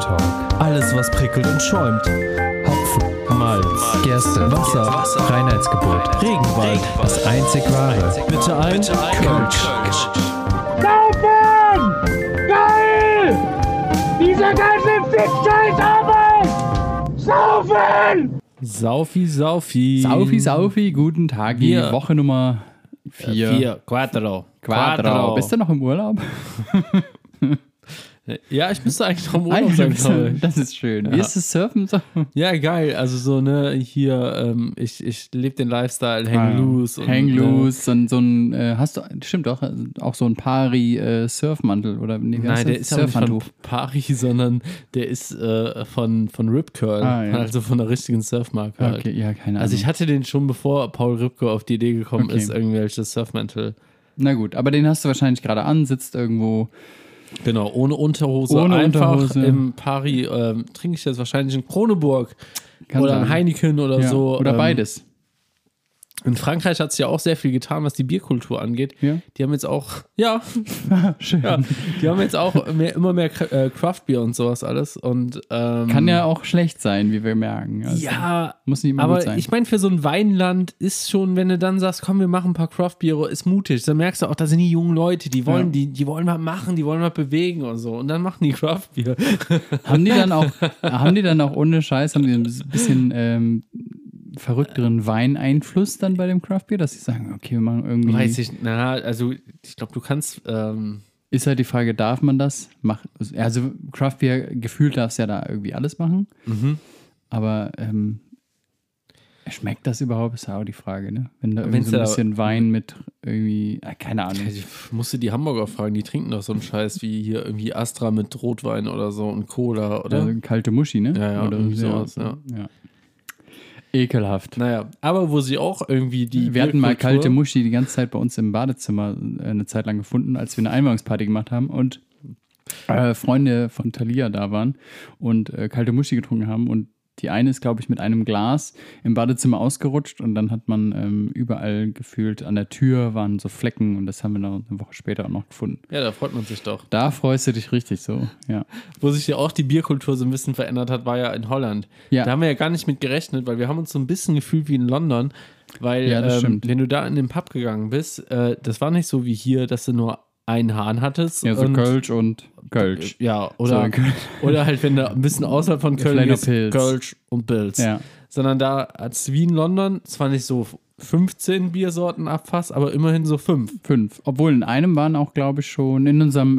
Talk. Alles, was prickelt und schäumt. Hopfen, Malz, Gerste, Wasser, Reinheitsgebot, Regenwald. das einzig wahre. Bitte ein Kölsch. Saufen! Geil! Dieser ganze Fick-Scheiß Arbeit! Saufen! Saufi. Guten Tag, Wir- Woche Nummer 4. Quattro. Bist du noch im Urlaub? Ja, ich müsste eigentlich noch im Urlaub sein, glaube ich. Das ist schön. Wie Ja. ist das Surfen so? Ja, geil. Also so, ne, hier, ich lebe den Lifestyle, hang loose. und, Hang loose, so ein, hast du, stimmt doch, auch so ein Pari-Surfmantel oder nee, wie heißt Nein, der das? ist ja nicht von Surfhandtuch. Pari, sondern der ist von Rip Curl, Ah, ja. also von der richtigen Surfmarke halt. Okay, ja, keine Ahnung. Also ich hatte den schon, bevor Paul Ripke auf die Idee gekommen Okay. ist, irgendwelches Surfmantel. Na gut, aber den hast du wahrscheinlich gerade an, sitzt irgendwo. Genau, ohne Unterhose. Ohne Einfach Unterhose. im Pari trinke ich jetzt wahrscheinlich in Kroneburg Kann oder ein sein. Heineken oder Ja, so. Oder beides. In Frankreich hat es ja auch sehr viel getan, was die Bierkultur angeht. Ja. Die haben jetzt auch, ja, Schön. ja die haben jetzt auch immer mehr Craftbier und sowas alles. Und, Kann ja auch schlecht sein, wie wir merken. Also, ja, muss nicht immer aber gut sein. ich meine, für so ein Weinland ist schon, wenn du dann sagst, komm, wir machen ein paar Craftbiere, ist mutig. Dann merkst du auch, da sind die jungen Leute, die wollen, die wollen was machen, die wollen was bewegen und so. Und dann machen die Craftbier. Haben die dann auch ohne Scheiß, haben die ein bisschen verrückteren Weineinfluss dann bei dem Craftbeer, dass sie sagen, okay, wir machen irgendwie. Weiß ich, also ich glaube, du kannst, Ist halt die Frage, darf man das machen? Also Craftbeer, gefühlt darfst du ja da irgendwie alles machen. Aber schmeckt das überhaupt? Ist ja auch die Frage, ne? Wenn da irgendwie Wenn's so ein da- bisschen Wein mit irgendwie, keine Ahnung. ich musste die Hamburger fragen, die trinken doch so einen Scheiß wie hier irgendwie Astra mit Rotwein oder so und Cola, oder? Also kalte Muschi, ne? Ja, ja, Oder irgendwie sowas, ja. Ekelhaft. Naja, aber wo sie auch irgendwie die Wir hatten mal Bierkultur- kalte Muschi die ganze Zeit bei uns im Badezimmer eine Zeit lang gefunden, als wir eine Einweihungsparty gemacht haben und Freunde von Thalia da waren und kalte Muschi getrunken haben. Und die eine ist, glaube ich, mit einem Glas im Badezimmer ausgerutscht und dann hat man überall gefühlt, an der Tür waren so Flecken und das haben wir noch eine Woche später auch noch gefunden. Ja, da freut man sich doch. Da freust du dich richtig so, ja. Wo sich ja auch die Bierkultur so ein bisschen verändert hat, war ja in Holland. Ja. Da haben wir ja gar nicht mit gerechnet, weil wir haben uns so ein bisschen gefühlt wie in London, weil Ja, das stimmt. wenn du da in den Pub gegangen bist, das war nicht so wie hier, dass du nur einen Hahn hattest. Ja, so und, Kölsch und Kölsch. Ja, oder, So, oder halt, wenn du ein bisschen außerhalb von Köln Vielleicht noch ist, Pils. Kölsch und Pils. Ja. Sondern da als wie in London, zwar nicht so 15 Biersorten abfasst, aber immerhin so 5. 5. Obwohl in einem waren auch, glaube ich, schon in unserem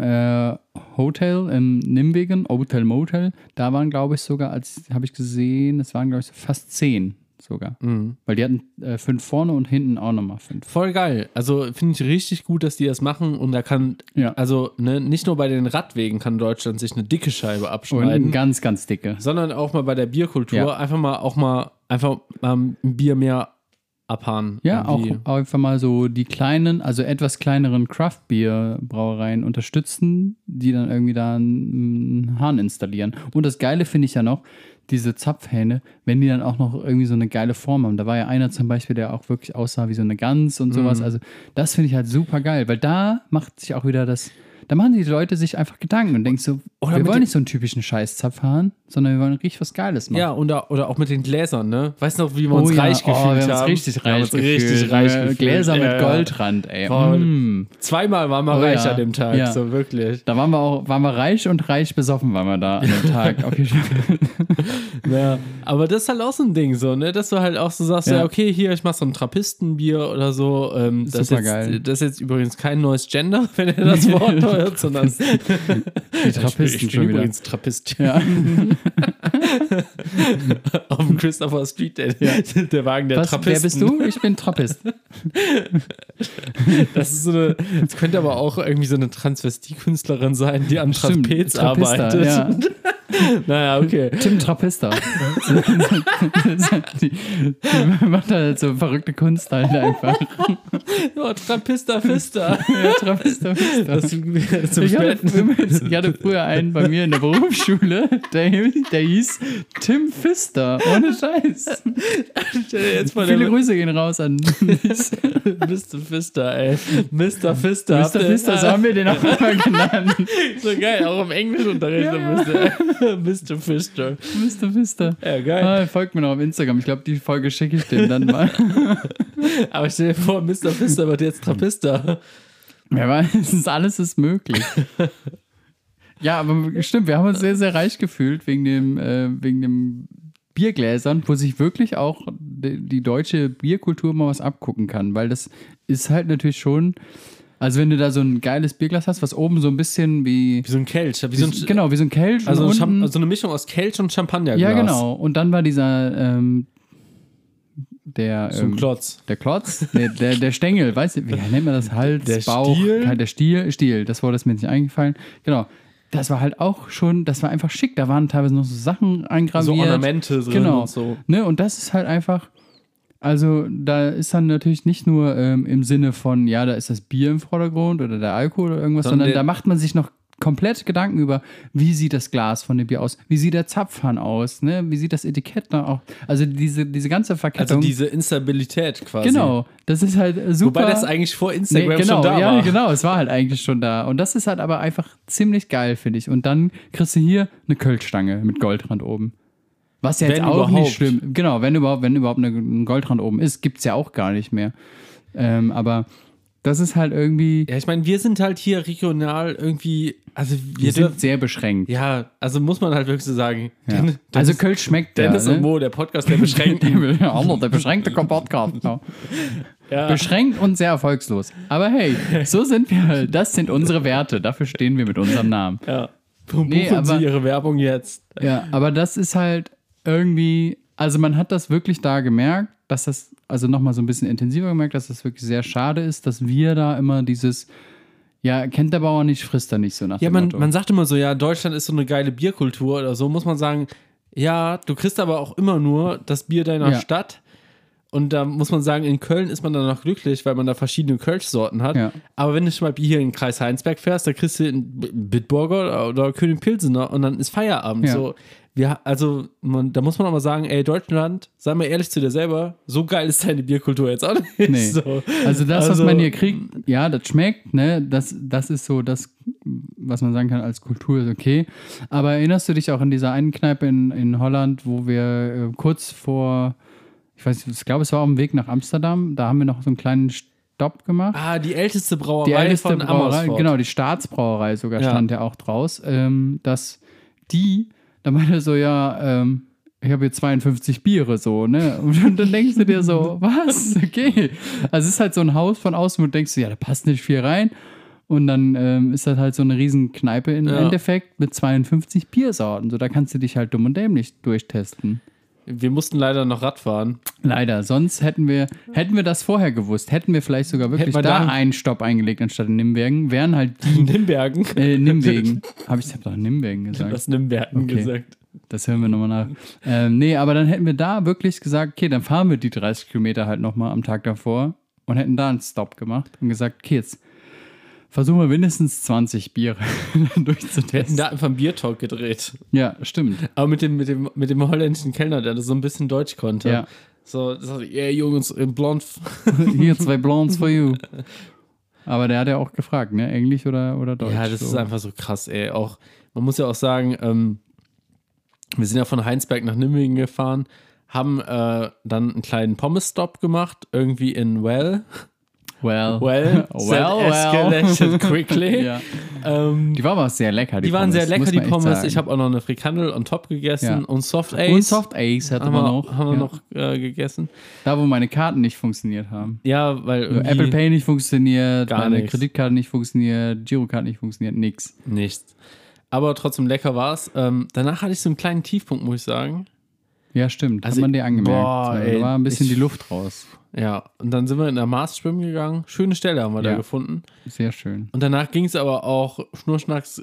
Hotel in Nimwegen, Hotel Motel, da waren, glaube ich, sogar, habe ich gesehen, es waren, glaube ich, so fast 10 sogar. Weil die hatten 5 vorne und hinten auch nochmal 5. Voll geil. Also finde ich richtig gut, dass die das machen und da kann, Ja. also ne, nicht nur bei den Radwegen kann Deutschland sich eine dicke Scheibe Und abschneiden, ganz, ganz dicke. sondern auch mal bei der Bierkultur Ja. einfach mal ein Bier mehr abhauen. Ja, auch irgendwie. einfach mal so die kleinen, also etwas kleineren Craft-Bier-Brauereien unterstützen, die dann irgendwie da einen Hahn installieren. Und das Geile finde ich ja noch, diese Zapfhähne, wenn die dann auch noch irgendwie so eine geile Form haben. Da war ja einer zum Beispiel, der auch wirklich aussah wie so eine Gans und sowas. Also das finde ich halt super geil, weil da macht sich auch wieder da machen die Leute sich einfach Gedanken und denken so, Oder wir mit wollen den- nicht so einen typischen Scheiß-Zapfhahn, sondern wir wollen richtig was Geiles machen. Ja, oder auch mit den Gläsern, ne? Weißt du noch, wie wir uns reich gefühlt wir haben uns haben? richtig Wir haben reich uns richtig reich gefühlt. Gläser Ja, mit ja. Goldrand, ey. Voll. Mm. Zweimal waren wir Oh, reich ja. an dem Tag, Ja. so wirklich. Da waren wir reich und reich besoffen waren wir da an dem Tag. Auf jeden Fall. Ja, aber das ist halt auch so ein Ding, so, ne? Dass du halt auch so sagst, Ja. ja, okay, hier, ich mach so ein Trappistenbier oder so. Das ist Supergeil. jetzt, das ist jetzt übrigens kein neues Gender, wenn ihr das Wort hört, sondern Die Trappisten ich schon bin wieder. übrigens Trappist. Ja. Auf dem Christopher Street, der Wagen der Was, Trappisten. wer bist du? Ich bin Trappist. Das ist das könnte aber auch irgendwie so eine Transvestie-Künstlerin sein, die am Stimmt, Trapez Trappista, arbeitet. ja. Naja, okay. Tim Trappista. die macht halt so verrückte Kunst halt einfach. Oh, Trapista Fista. Ja, Trapista Fista. Ich hatte früher einen bei mir in der Berufsschule, der hieß Tim Pfister. Ohne Scheiß. Viele Grüße gehen raus an Mr. Pfister, ey. Mr. Pfister. Mr. Pfister, so haben wir den auch immer genannt. So geil, auch im Englischunterricht. Ja. Mr. Pfister. Mr. Pfister. Ja, geil. Folgt mir noch auf Instagram. Ich glaube, die Folge schicke ich dem dann mal. Aber stell dir vor, Mr. Pfister wird jetzt Trapista. Wer weiß, alles ist möglich. Ja, aber stimmt, wir haben uns sehr, sehr reich gefühlt wegen dem Biergläsern, wo sich wirklich auch die deutsche Bierkultur mal was abgucken kann, weil das ist halt natürlich schon, also wenn du da so ein geiles Bierglas hast, was oben so ein bisschen wie so ein Kelch. Wie so ein Kelch. Also unten, so eine Mischung aus Kelch und Champagnerglas. Ja, genau. Und dann war dieser der Klotz. Der Klotz? Der Stängel, weißt du, wie nennt man das? Hals, der Bauch, Stiel? Der Stiel, das Wort ist mir nicht eingefallen. Genau. Das war halt auch schon, das war einfach schick. Da waren teilweise noch so Sachen eingraviert. So Ornamente drin genau. und so. Ne? Und das ist halt einfach, also da ist dann natürlich nicht nur im Sinne von, ja, da ist das Bier im Vordergrund oder der Alkohol oder irgendwas, sondern da macht man sich noch komplett Gedanken über, wie sieht das Glas von dem Bier aus, wie sieht der Zapfhahn aus, ne? Wie sieht das Etikett da auch, also diese ganze Verkettung. Also diese Instabilität quasi. Genau, das ist halt super. Wobei das eigentlich vor Instagram genau, schon da war. Ja, genau, es war halt eigentlich schon da. Und das ist halt aber einfach ziemlich geil, finde ich. Und dann kriegst du hier eine Kölschstange mit Goldrand oben. Was ja jetzt auch nicht schlimm. Genau, wenn überhaupt ein Goldrand oben ist, gibt es ja auch gar nicht mehr. Aber das ist halt irgendwie. Ja, ich meine, wir sind halt hier regional irgendwie. Also wir sind sehr beschränkt. Ja, also muss man halt wirklich so sagen. Ja. Also Kölsch schmeckt Dennis ja. und Mo, der Podcast der Beschränkten. Der beschränkte Podcast. Ja. Beschränkt und sehr erfolgslos. Aber hey, so sind wir halt. Das sind unsere Werte. Dafür stehen wir mit unserem Namen. Ja. Buchen Sie Ihre Werbung jetzt. Ja, aber das ist halt irgendwie. Also man hat das wirklich da gemerkt, dass das, also nochmal so ein bisschen intensiver gemerkt, dass das wirklich sehr schade ist, dass wir da immer dieses, ja, kennt der Bauer nicht, frisst er nicht so nach dem Motto. Man sagt immer so, ja, Deutschland ist so eine geile Bierkultur oder so, muss man sagen, ja, du kriegst aber auch immer nur das Bier deiner Stadt und da muss man sagen, in Köln ist man dann noch glücklich, weil man da verschiedene Kölsch-Sorten hat, aber wenn du schon mal hier in den Kreis Heinsberg fährst, da kriegst du einen Bitburger oder König Pilsener und dann ist Feierabend, so. Da muss man auch mal sagen, ey, Deutschland, sei mal ehrlich zu dir selber, so geil ist deine Bierkultur jetzt auch nicht. Nee. So. Also das, was man hier kriegt, ja, das schmeckt, ne, das ist so das, was man sagen kann als Kultur ist okay. Aber erinnerst du dich auch an dieser einen Kneipe in Holland, wo wir kurz vor, ich glaube, es war auf dem Weg nach Amsterdam, da haben wir noch so einen kleinen Stopp gemacht. Ah, die älteste Brauerei von Amersfoort. Genau, die Staatsbrauerei sogar stand ja auch draus, dass da meinte er so, ja, ich habe hier 52 Biere, so, ne? Und dann denkst du dir so, was? Okay. Also es ist halt so ein Haus von außen, wo du denkst, ja, da passt nicht viel rein. Und dann ist das halt so eine riesen Kneipe im Endeffekt mit 52 Biersorten. So, da kannst du dich halt dumm und dämlich durchtesten. Wir mussten leider noch Rad fahren. Leider, sonst hätten wir das vorher gewusst, hätten wir vielleicht sogar wirklich da einen Stopp eingelegt anstatt in Nimwegen, wären halt die... Nimwegen? Nimwegen. Ich habe doch Nimwegen gesagt. Du hast Nimwegen gesagt. Das hören wir nochmal nach. Nee, aber dann hätten wir da wirklich gesagt, okay, dann fahren wir die 30 Kilometer halt nochmal am Tag davor und hätten da einen Stopp gemacht und gesagt, okay, jetzt versuchen wir mindestens 20 Biere durchzutesten. Wir hätten da einfach einen Biertalk gedreht. Ja, stimmt. Aber mit dem holländischen Kellner, der das so ein bisschen Deutsch konnte. Ja. So, das heißt, yeah, Jungs, blond. Hier 2 Blondes for you. Aber der hat ja auch gefragt, ne? Englisch oder Deutsch? Ja, das ist einfach so krass, ey. Auch, man muss ja auch sagen, wir sind ja von Heinsberg nach Nimwegen gefahren, haben dann einen kleinen Pommes-Stop gemacht, irgendwie in escalated quickly. Ja. Die waren aber sehr lecker, die waren sehr lecker, die Pommes. Ich habe auch noch eine Frikandel on top gegessen und Soft Ace. Und Soft Ace haben wir noch gegessen. Da, wo meine Karten nicht funktioniert haben. Ja, weil Apple Pay nicht funktioniert, meine nichts. Kreditkarte nicht funktioniert, Girokarte nicht funktioniert, nix. Nichts. Aber trotzdem lecker war es. Danach hatte ich so einen kleinen Tiefpunkt, muss ich sagen. Ja, stimmt. Also, hat man dir angemerkt. boah, da war ein bisschen die Luft raus. Ja, und dann sind wir in der Maas schwimmen gegangen. Schöne Stelle haben wir da gefunden. Sehr schön. Und danach ging es aber auch schnurstracks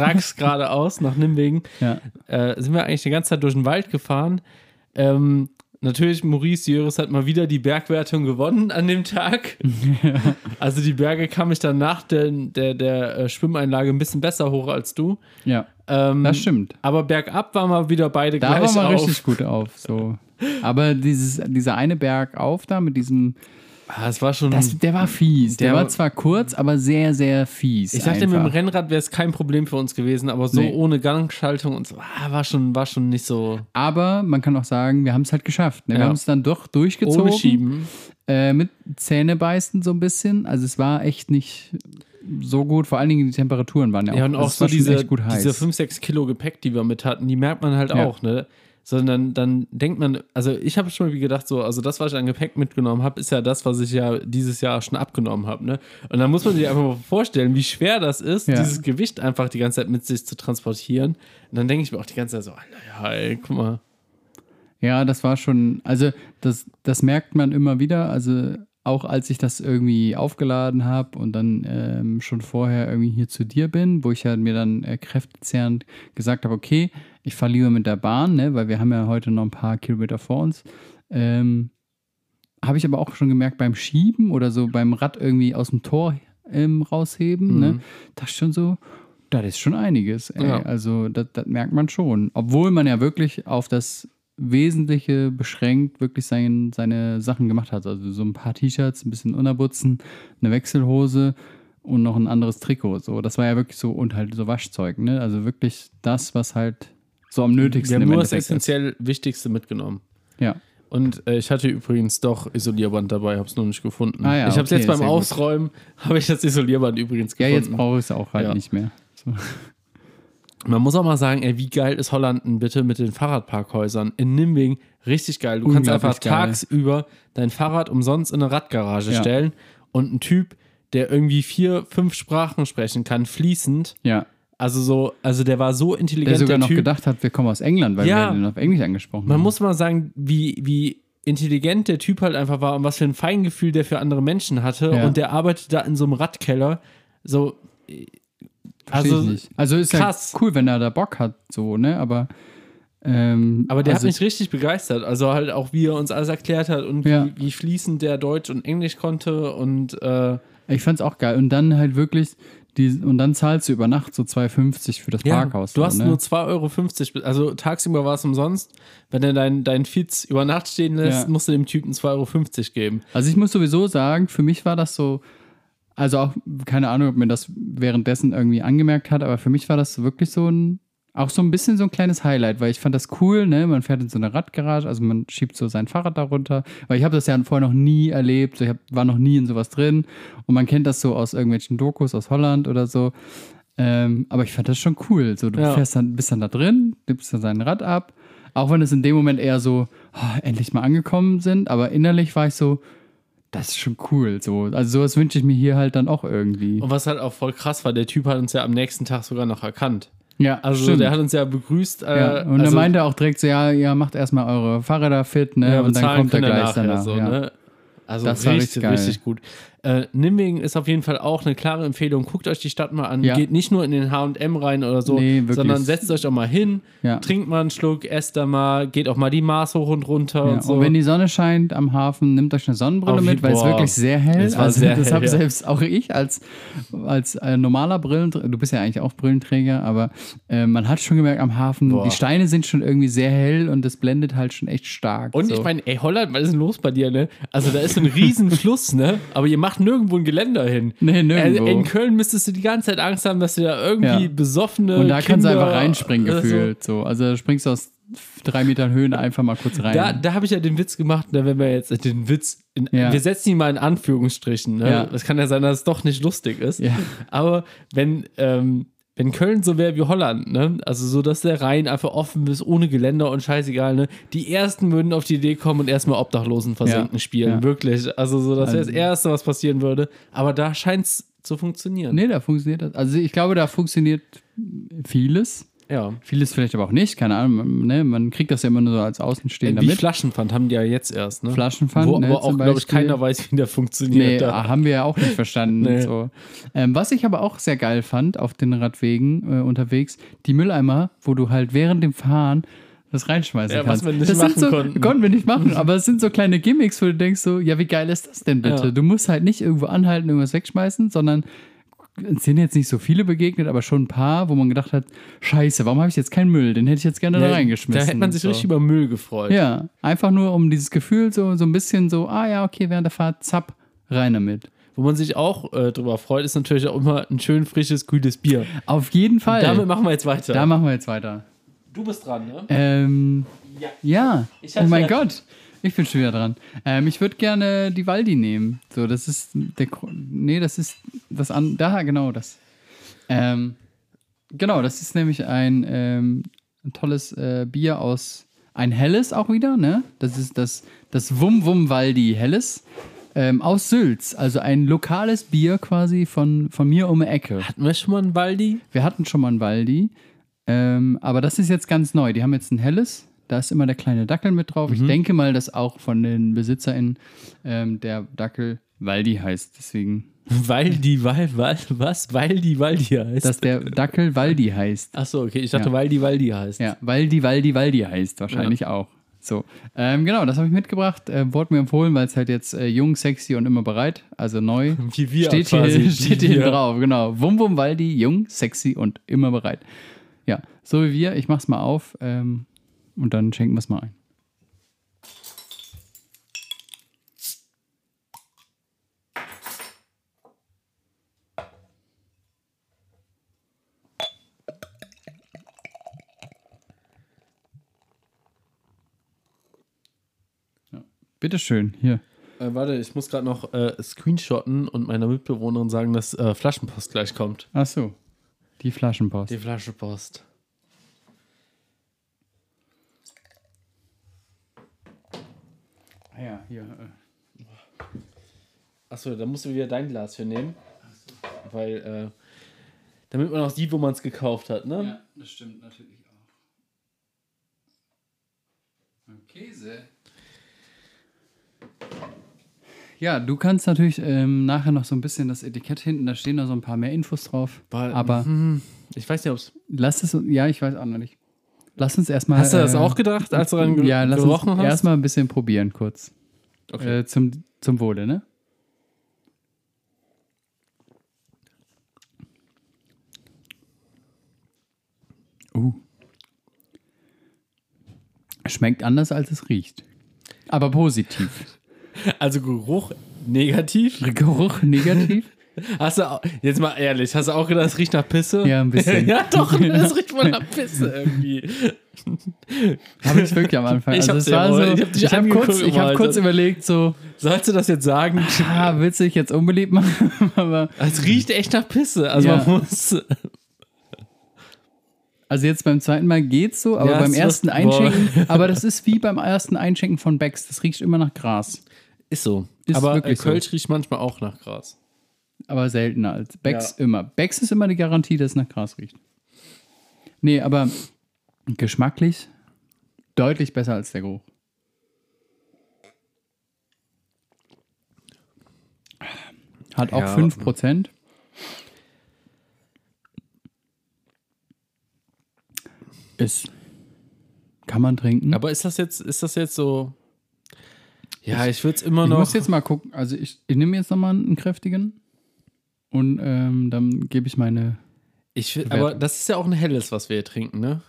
geradeaus nach Nimwegen. Ja. Sind wir eigentlich die ganze Zeit durch den Wald gefahren. Natürlich, Maurice Jöris hat mal wieder die Bergwertung gewonnen an dem Tag. Also die Berge kam ich dann nach der Schwimmeinlage ein bisschen besser hoch als du. Ja, das stimmt. Aber bergab waren wir wieder beide Da gleich waren wir auf. richtig gut auf. So. Aber dieser eine Berg auf da mit diesem, Es war schon... der war fies. Der Der war zwar kurz, aber sehr, sehr fies. Ich sagte, mit dem einfach. Rennrad wäre es kein Problem für uns gewesen, aber so Nee. ohne Gangschaltung und so, war schon nicht so... Aber man kann auch sagen, wir haben es halt geschafft. Ne? Wir Ja. haben es dann doch durchgezogen. Ohne Schieben. Mit Zähnebeißen so ein bisschen. Also es war echt nicht so gut. Vor allen Dingen die Temperaturen waren ja auch, Ja, und auch es so war schon diese echt gut heiß. 5-6 Kilo Gepäck, die wir mit hatten, die merkt man halt Ja. auch, ne? Sondern dann denkt man, also ich habe schon mal gedacht, so, also das, was ich an Gepäck mitgenommen habe, ist ja das, was ich ja dieses Jahr schon abgenommen habe, ne? Und dann muss man sich einfach mal vorstellen, wie schwer das ist, Ja. dieses Gewicht einfach die ganze Zeit mit sich zu transportieren. Und dann denke ich mir auch die ganze Zeit so, naja, ey, guck mal. Ja, das war schon, also das merkt man immer wieder, also auch als ich das irgendwie aufgeladen habe und dann schon vorher irgendwie hier zu dir bin, wo ich ja mir dann kräftezehrend gesagt habe, okay, ich fahre lieber mit der Bahn, ne, weil wir haben ja heute noch ein paar Kilometer vor uns, habe ich aber auch schon gemerkt beim Schieben oder so beim Rad irgendwie aus dem Tor rausheben, ne, das ist schon so, das ist schon einiges, ey. Ja. Also das merkt man schon, obwohl man ja wirklich auf das Wesentliche beschränkt wirklich seine Sachen gemacht hat. Also so ein paar T-Shirts, ein bisschen Unterbutzen, eine Wechselhose und noch ein anderes Trikot. So, das war ja wirklich so, und halt so Waschzeug, ne? Also wirklich das, was halt so am nötigsten Wir haben im nur das Endeffekt ist. essentiell Wichtigste mitgenommen. Ja. Und ich hatte übrigens doch Isolierband dabei, habe es noch nicht gefunden. Ah ja, ich habe es okay, jetzt beim sehr gut. Ausräumen, habe ich das Isolierband übrigens Ja, gefunden. jetzt brauche ich es auch halt Ja. nicht mehr. So. Man muss auch mal sagen, ey, wie geil ist Holland denn bitte mit den Fahrradparkhäusern in Nimwegen? Richtig geil. Du kannst einfach Unglaublich geil. tagsüber dein Fahrrad umsonst in eine Radgarage Ja. stellen und ein Typ, der irgendwie 4-5 Sprachen sprechen kann, fließend. Ja. Also der war so Der intelligent, sogar der noch Typ. gedacht hat, wir kommen aus England, weil Ja. wir den auf Englisch angesprochen Man haben. muss mal sagen, wie intelligent der Typ halt einfach war und was für ein Feingefühl der für andere Menschen hatte. Ja. Und der arbeitet da in so einem Radkeller. So, Verstehe also ich nicht. Also ist krass. ja cool, wenn er da Bock hat, so, ne? Aber Aber der also, hat mich richtig begeistert. Also halt auch, wie er uns alles erklärt hat und Ja. wie fließend der Deutsch und Englisch konnte und ich fand's auch geil. Und dann halt wirklich, und dann zahlst du über Nacht so 2,50 für das Parkhaus. du so, hast ne? nur 2,50 €. Also tagsüber war es umsonst. Wenn er dein Fietz über Nacht stehen lässt, Ja. musst du dem Typen 2,50 € geben. Also ich muss sowieso sagen, für mich war das so, also auch, keine Ahnung, ob mir das währenddessen irgendwie angemerkt hat, aber für mich war das wirklich so auch so ein bisschen so ein kleines Highlight, weil ich fand das cool, ne? Man fährt in so eine Radgarage, also man schiebt so sein Fahrrad da runter, weil ich habe das ja vorher noch nie erlebt, so war noch nie in sowas drin und man kennt das so aus irgendwelchen Dokus aus Holland oder so, aber ich fand das schon cool, so du Ja. bist dann da drin, nimmst dann sein Rad ab, auch wenn es in dem Moment eher so, endlich mal angekommen sind, aber innerlich war ich so, das ist schon cool, so, also sowas wünsche ich mir hier halt dann auch irgendwie. Und was halt auch voll krass war, der Typ hat uns ja am nächsten Tag sogar noch erkannt. Ja, Also stimmt. der hat uns ja begrüßt. Ja, und also, er meinte auch direkt so, ja, macht erstmal eure Fahrräder fit, ne? ja, und dann bezahlen kommt er können wir gleich nachher danach. so, ja. ne? Also Das war richtig, richtig richtig gut. Nimwegen ist auf jeden Fall auch eine klare Empfehlung. Guckt euch die Stadt mal an. Ja. Geht nicht nur in den H&M rein oder so, Nee, wirklich. sondern setzt euch auch mal hin, Ja. trinkt mal einen Schluck, esst da mal, geht auch mal die Maß hoch und runter Ja, und so. und wenn die Sonne scheint am Hafen, nehmt euch eine Sonnenbrille Auf mit, weil es boah. wirklich sehr hell Es war also sehr das hell, habe ja. selbst auch ich als normaler Brillenträger, du bist ja eigentlich auch Brillenträger, aber man hat schon gemerkt am Hafen, Boah. die Steine sind schon irgendwie sehr hell und das blendet halt schon echt stark. Und so. ich meine, ey, Holland, was ist denn los bei dir, ne? Also da ist so ein riesen Fluss, ne? Aber ihr macht nirgendwo ein Geländer hin. Nee, nirgendwo. In Köln müsstest du die ganze Zeit Angst haben, dass du da irgendwie Ja. besoffene und da kannst du Kinder einfach reinspringen oder so. gefühlt. So. Also da springst du aus 3 Metern Höhen einfach mal kurz rein. Da habe ich ja den Witz gemacht, ne, wenn wir jetzt den Witz, Ja. wir setzen ihn mal in Anführungsstrichen. Ne? Ja. Das kann ja sein, dass es doch nicht lustig ist. Ja. Aber wenn Köln so wäre wie Holland, ne? Also so, dass der Rhein einfach offen ist, ohne Geländer und scheißegal, ne? Die Ersten würden auf die Idee kommen und erstmal Obdachlosen versenken Ja. spielen, Ja. wirklich. Also so, das wäre das Also- Erste, was passieren würde. Aber da scheint es zu funktionieren. Nee, da funktioniert das. Also ich glaube, da funktioniert vieles. Ja. Vieles vielleicht aber auch nicht, keine Ahnung. Ne? Man kriegt das ja immer nur so als Außenstehender Wie mit. Flaschenpfand haben die ja jetzt erst, ne? Flaschenpfand, Wo ne, aber auch, zum glaube ich, Beispiel. keiner weiß, wie der funktioniert. Nee, da. haben wir ja auch nicht verstanden. Nee. So. Was ich aber auch sehr geil fand auf den Radwegen unterwegs, die Mülleimer, wo du halt während dem Fahren das reinschmeißen Ja, kannst. was wir nicht das machen sind so, konnten. Konnten wir nicht machen, aber es sind so kleine Gimmicks, wo du denkst so, ja, wie geil ist das denn bitte? Ja. Du musst halt nicht irgendwo anhalten, irgendwas wegschmeißen, sondern es sind jetzt nicht so viele begegnet, aber schon ein paar, wo man gedacht hat, scheiße, warum habe ich jetzt keinen Müll? Den hätte ich jetzt gerne da reingeschmissen. Da hätte man sich so. richtig über Müll gefreut. Ja, einfach nur um dieses Gefühl so ein bisschen so, ja, okay, während der Fahrt, zapp, rein damit. Wo man sich auch drüber freut, ist natürlich auch immer ein schön frisches, kühles Bier. Auf jeden Fall. Damit machen wir jetzt weiter. Da machen wir jetzt weiter. Du bist dran, ne? Ja. Ich Oh hatte mein ja- Gott. Ich bin schon wieder dran. Ich würde gerne die Waldi nehmen. So, das ist das ist das an. Da, genau, das. Genau, das ist nämlich ein tolles Bier aus. Ein helles auch wieder, ne? Das ist das Wum Wum Waldi Helles. Aus Sülz. Also ein lokales Bier quasi von mir um die Ecke. Hatten wir schon mal einen Waldi? Wir hatten schon mal ein Waldi, aber das ist jetzt ganz neu. Die haben jetzt ein helles, da ist immer der kleine Dackel mit drauf. Ich denke mal, dass auch von den BesitzerInnen der Dackel Waldi heißt. Deswegen, Waldi, was? Waldi heißt? dass der Dackel Waldi heißt. Achso, okay, ich dachte, Ja. Waldi heißt. Ja, Waldi heißt wahrscheinlich auch. So, genau, das habe ich mitgebracht. Wurde mir empfohlen, weil es halt jetzt jung, sexy und immer bereit, also neu. Wie wir steht quasi, hier, steht wie hier wir. drauf, genau. Wum Wum Waldi, jung, sexy und immer bereit. Ja, so wie wir. Ich mach's mal auf und dann schenken wir es mal ein. Ja. Bitteschön, hier. Warte, ich muss gerade noch screenshotten und meiner Mitbewohnerin sagen, dass Flaschenpost gleich kommt. Ach so, die Flaschenpost. Die Flaschenpost. Ja, hier. Achso, da musst du wieder dein Glas für nehmen. Weil, damit man auch sieht, wo man es gekauft hat, ne? Ja, das stimmt natürlich auch. Käse. Ja, du kannst natürlich nachher noch so ein bisschen das Etikett hinten, da stehen noch so ein paar mehr Infos drauf. Aber Ich weiß nicht, ob es. lass es, ja, ich weiß auch noch nicht. Lass uns erstmal. Hast du das auch gedacht, als du dann Ja, lass gerochen uns hast? erstmal ein bisschen probieren, kurz. Okay. Zum Wohle, ne? Schmeckt anders, als es riecht. Aber positiv. Also Geruch negativ. Geruch negativ? Hast du auch, jetzt mal ehrlich, hast du auch gedacht, es riecht nach Pisse? Ja, ein bisschen. Ja, doch, das riecht mal nach Pisse irgendwie. Habe ich wirklich am Anfang. Ich Also hab's es war ja wohl. so, Ich hab dich ich habe angeguckt, kurz, ich hab Alter. kurz überlegt, so, Sollst du das jetzt sagen? willst du dich jetzt unbeliebt machen? Aber Es riecht echt nach Pisse. Also Ja. man muss. also jetzt beim zweiten Mal geht's so, aber Ja, beim es ersten wird- Einschenken, aber das ist wie beim ersten Einschenken von Becks. Das riecht immer nach Gras. Ist so. Ist Aber wirklich so. Kölsch riecht manchmal auch nach Gras. Aber seltener als Becks Ja. immer. Becks ist immer die Garantie, dass es nach Gras riecht. Nee, aber geschmacklich deutlich besser als der Geruch. Hat auch Ja. 5%. Ist. Kann man trinken. Aber ist das jetzt so. Ja, ich würde es immer Ich noch. muss jetzt mal gucken. Also ich nehme jetzt nochmal einen kräftigen. Und dann gebe ich meine. Aber das ist ja auch ein helles, was wir hier trinken, ne?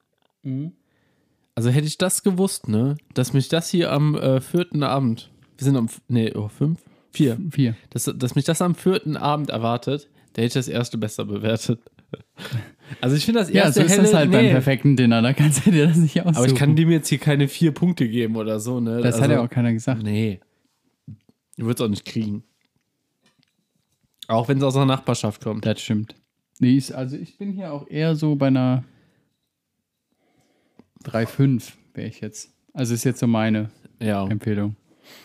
Also hätte ich das gewusst, ne? Dass mich das hier am 4. Abend. Wir sind am. Nee, 5? 4. 4. Dass mich das am 4. Abend erwartet, der hätte ich das erste besser bewertet. Also ich finde das Ja, erste so ist helle. das halt beim perfekten Dinner. Da kannst du dir das nicht aussuchen. aber ich kann dem jetzt hier keine 4 Punkte geben oder so, ne? Das hat ja auch keiner gesagt. Nee. Du würdest auch nicht kriegen. Auch wenn es aus einer Nachbarschaft kommt. Das stimmt. Nee, ich bin hier auch eher so bei einer 3,5 wäre ich jetzt. Also ist jetzt so meine Ja. Empfehlung.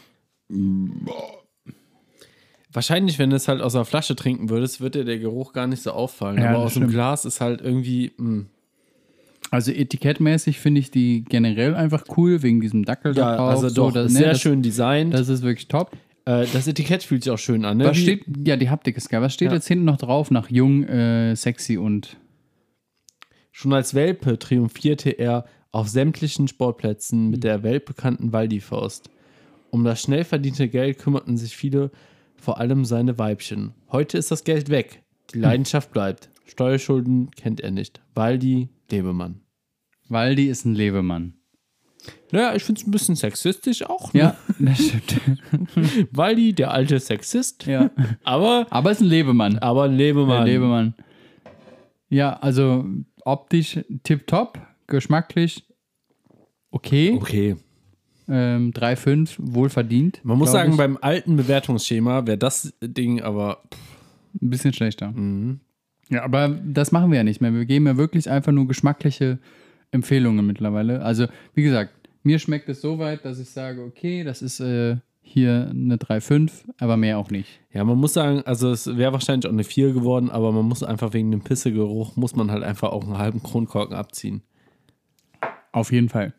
Wahrscheinlich, wenn du es halt aus einer Flasche trinken würdest, würde dir der Geruch gar nicht so auffallen. Ja, aber das aus dem stimmt. Glas ist halt irgendwie. Also etikettmäßig finde ich die generell einfach cool, wegen diesem Dackel Ja, da drauf. also doch, das, sehr das, schön designt. Das ist wirklich top. Das Etikett fühlt sich auch schön an, ne? Was steht, ja, die Haptik ist geil. Was steht Ja. jetzt hinten noch drauf nach jung, sexy und Schon als Welpe triumphierte er auf sämtlichen Sportplätzen mit der weltbekannten Waldi-Faust. Um das schnell verdiente Geld kümmerten sich viele, vor allem seine Weibchen. Heute ist das Geld weg. Die Leidenschaft bleibt. Steuerschulden kennt er nicht. Waldi, Lebemann. Waldi ist ein Lebemann. Naja, ich finde es ein bisschen sexistisch auch. Ne? Ja, das stimmt. Waldi, der alte Sexist. Ja. Aber ist ein Lebemann. Aber ein Lebemann. Lebemann. Ja, also optisch tipptopp, geschmacklich okay. Okay. 3,5, wohlverdient. Man muss sagen, beim alten Bewertungsschema wäre das Ding aber ein bisschen schlechter. Mhm. Ja, aber das machen wir ja nicht mehr. Wir geben ja wirklich einfach nur geschmackliche Empfehlungen mittlerweile. Also, wie gesagt, mir schmeckt es so weit, dass ich sage, okay, das ist hier eine 3,5, aber mehr auch nicht. Ja, man muss sagen, also es wäre wahrscheinlich auch eine 4 geworden, aber man muss einfach wegen dem Pissegeruch, muss man halt einfach auch einen halben Kronkorken abziehen. Auf jeden Fall.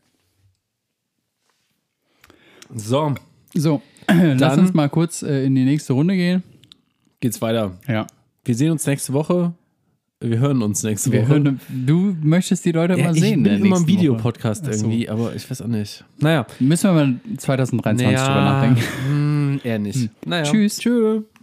So, lass uns mal kurz in die nächste Runde gehen. geht's weiter. Ja. Wir sehen uns nächste Woche. Wir hören uns nächste Woche. Du möchtest die Leute mal sehen. Ich bin immer im Videopodcast irgendwie, aber ich weiß auch nicht. Naja. Müssen wir mal 2023 drüber nachdenken. Eher nicht. Naja. Tschüss. Tschüss.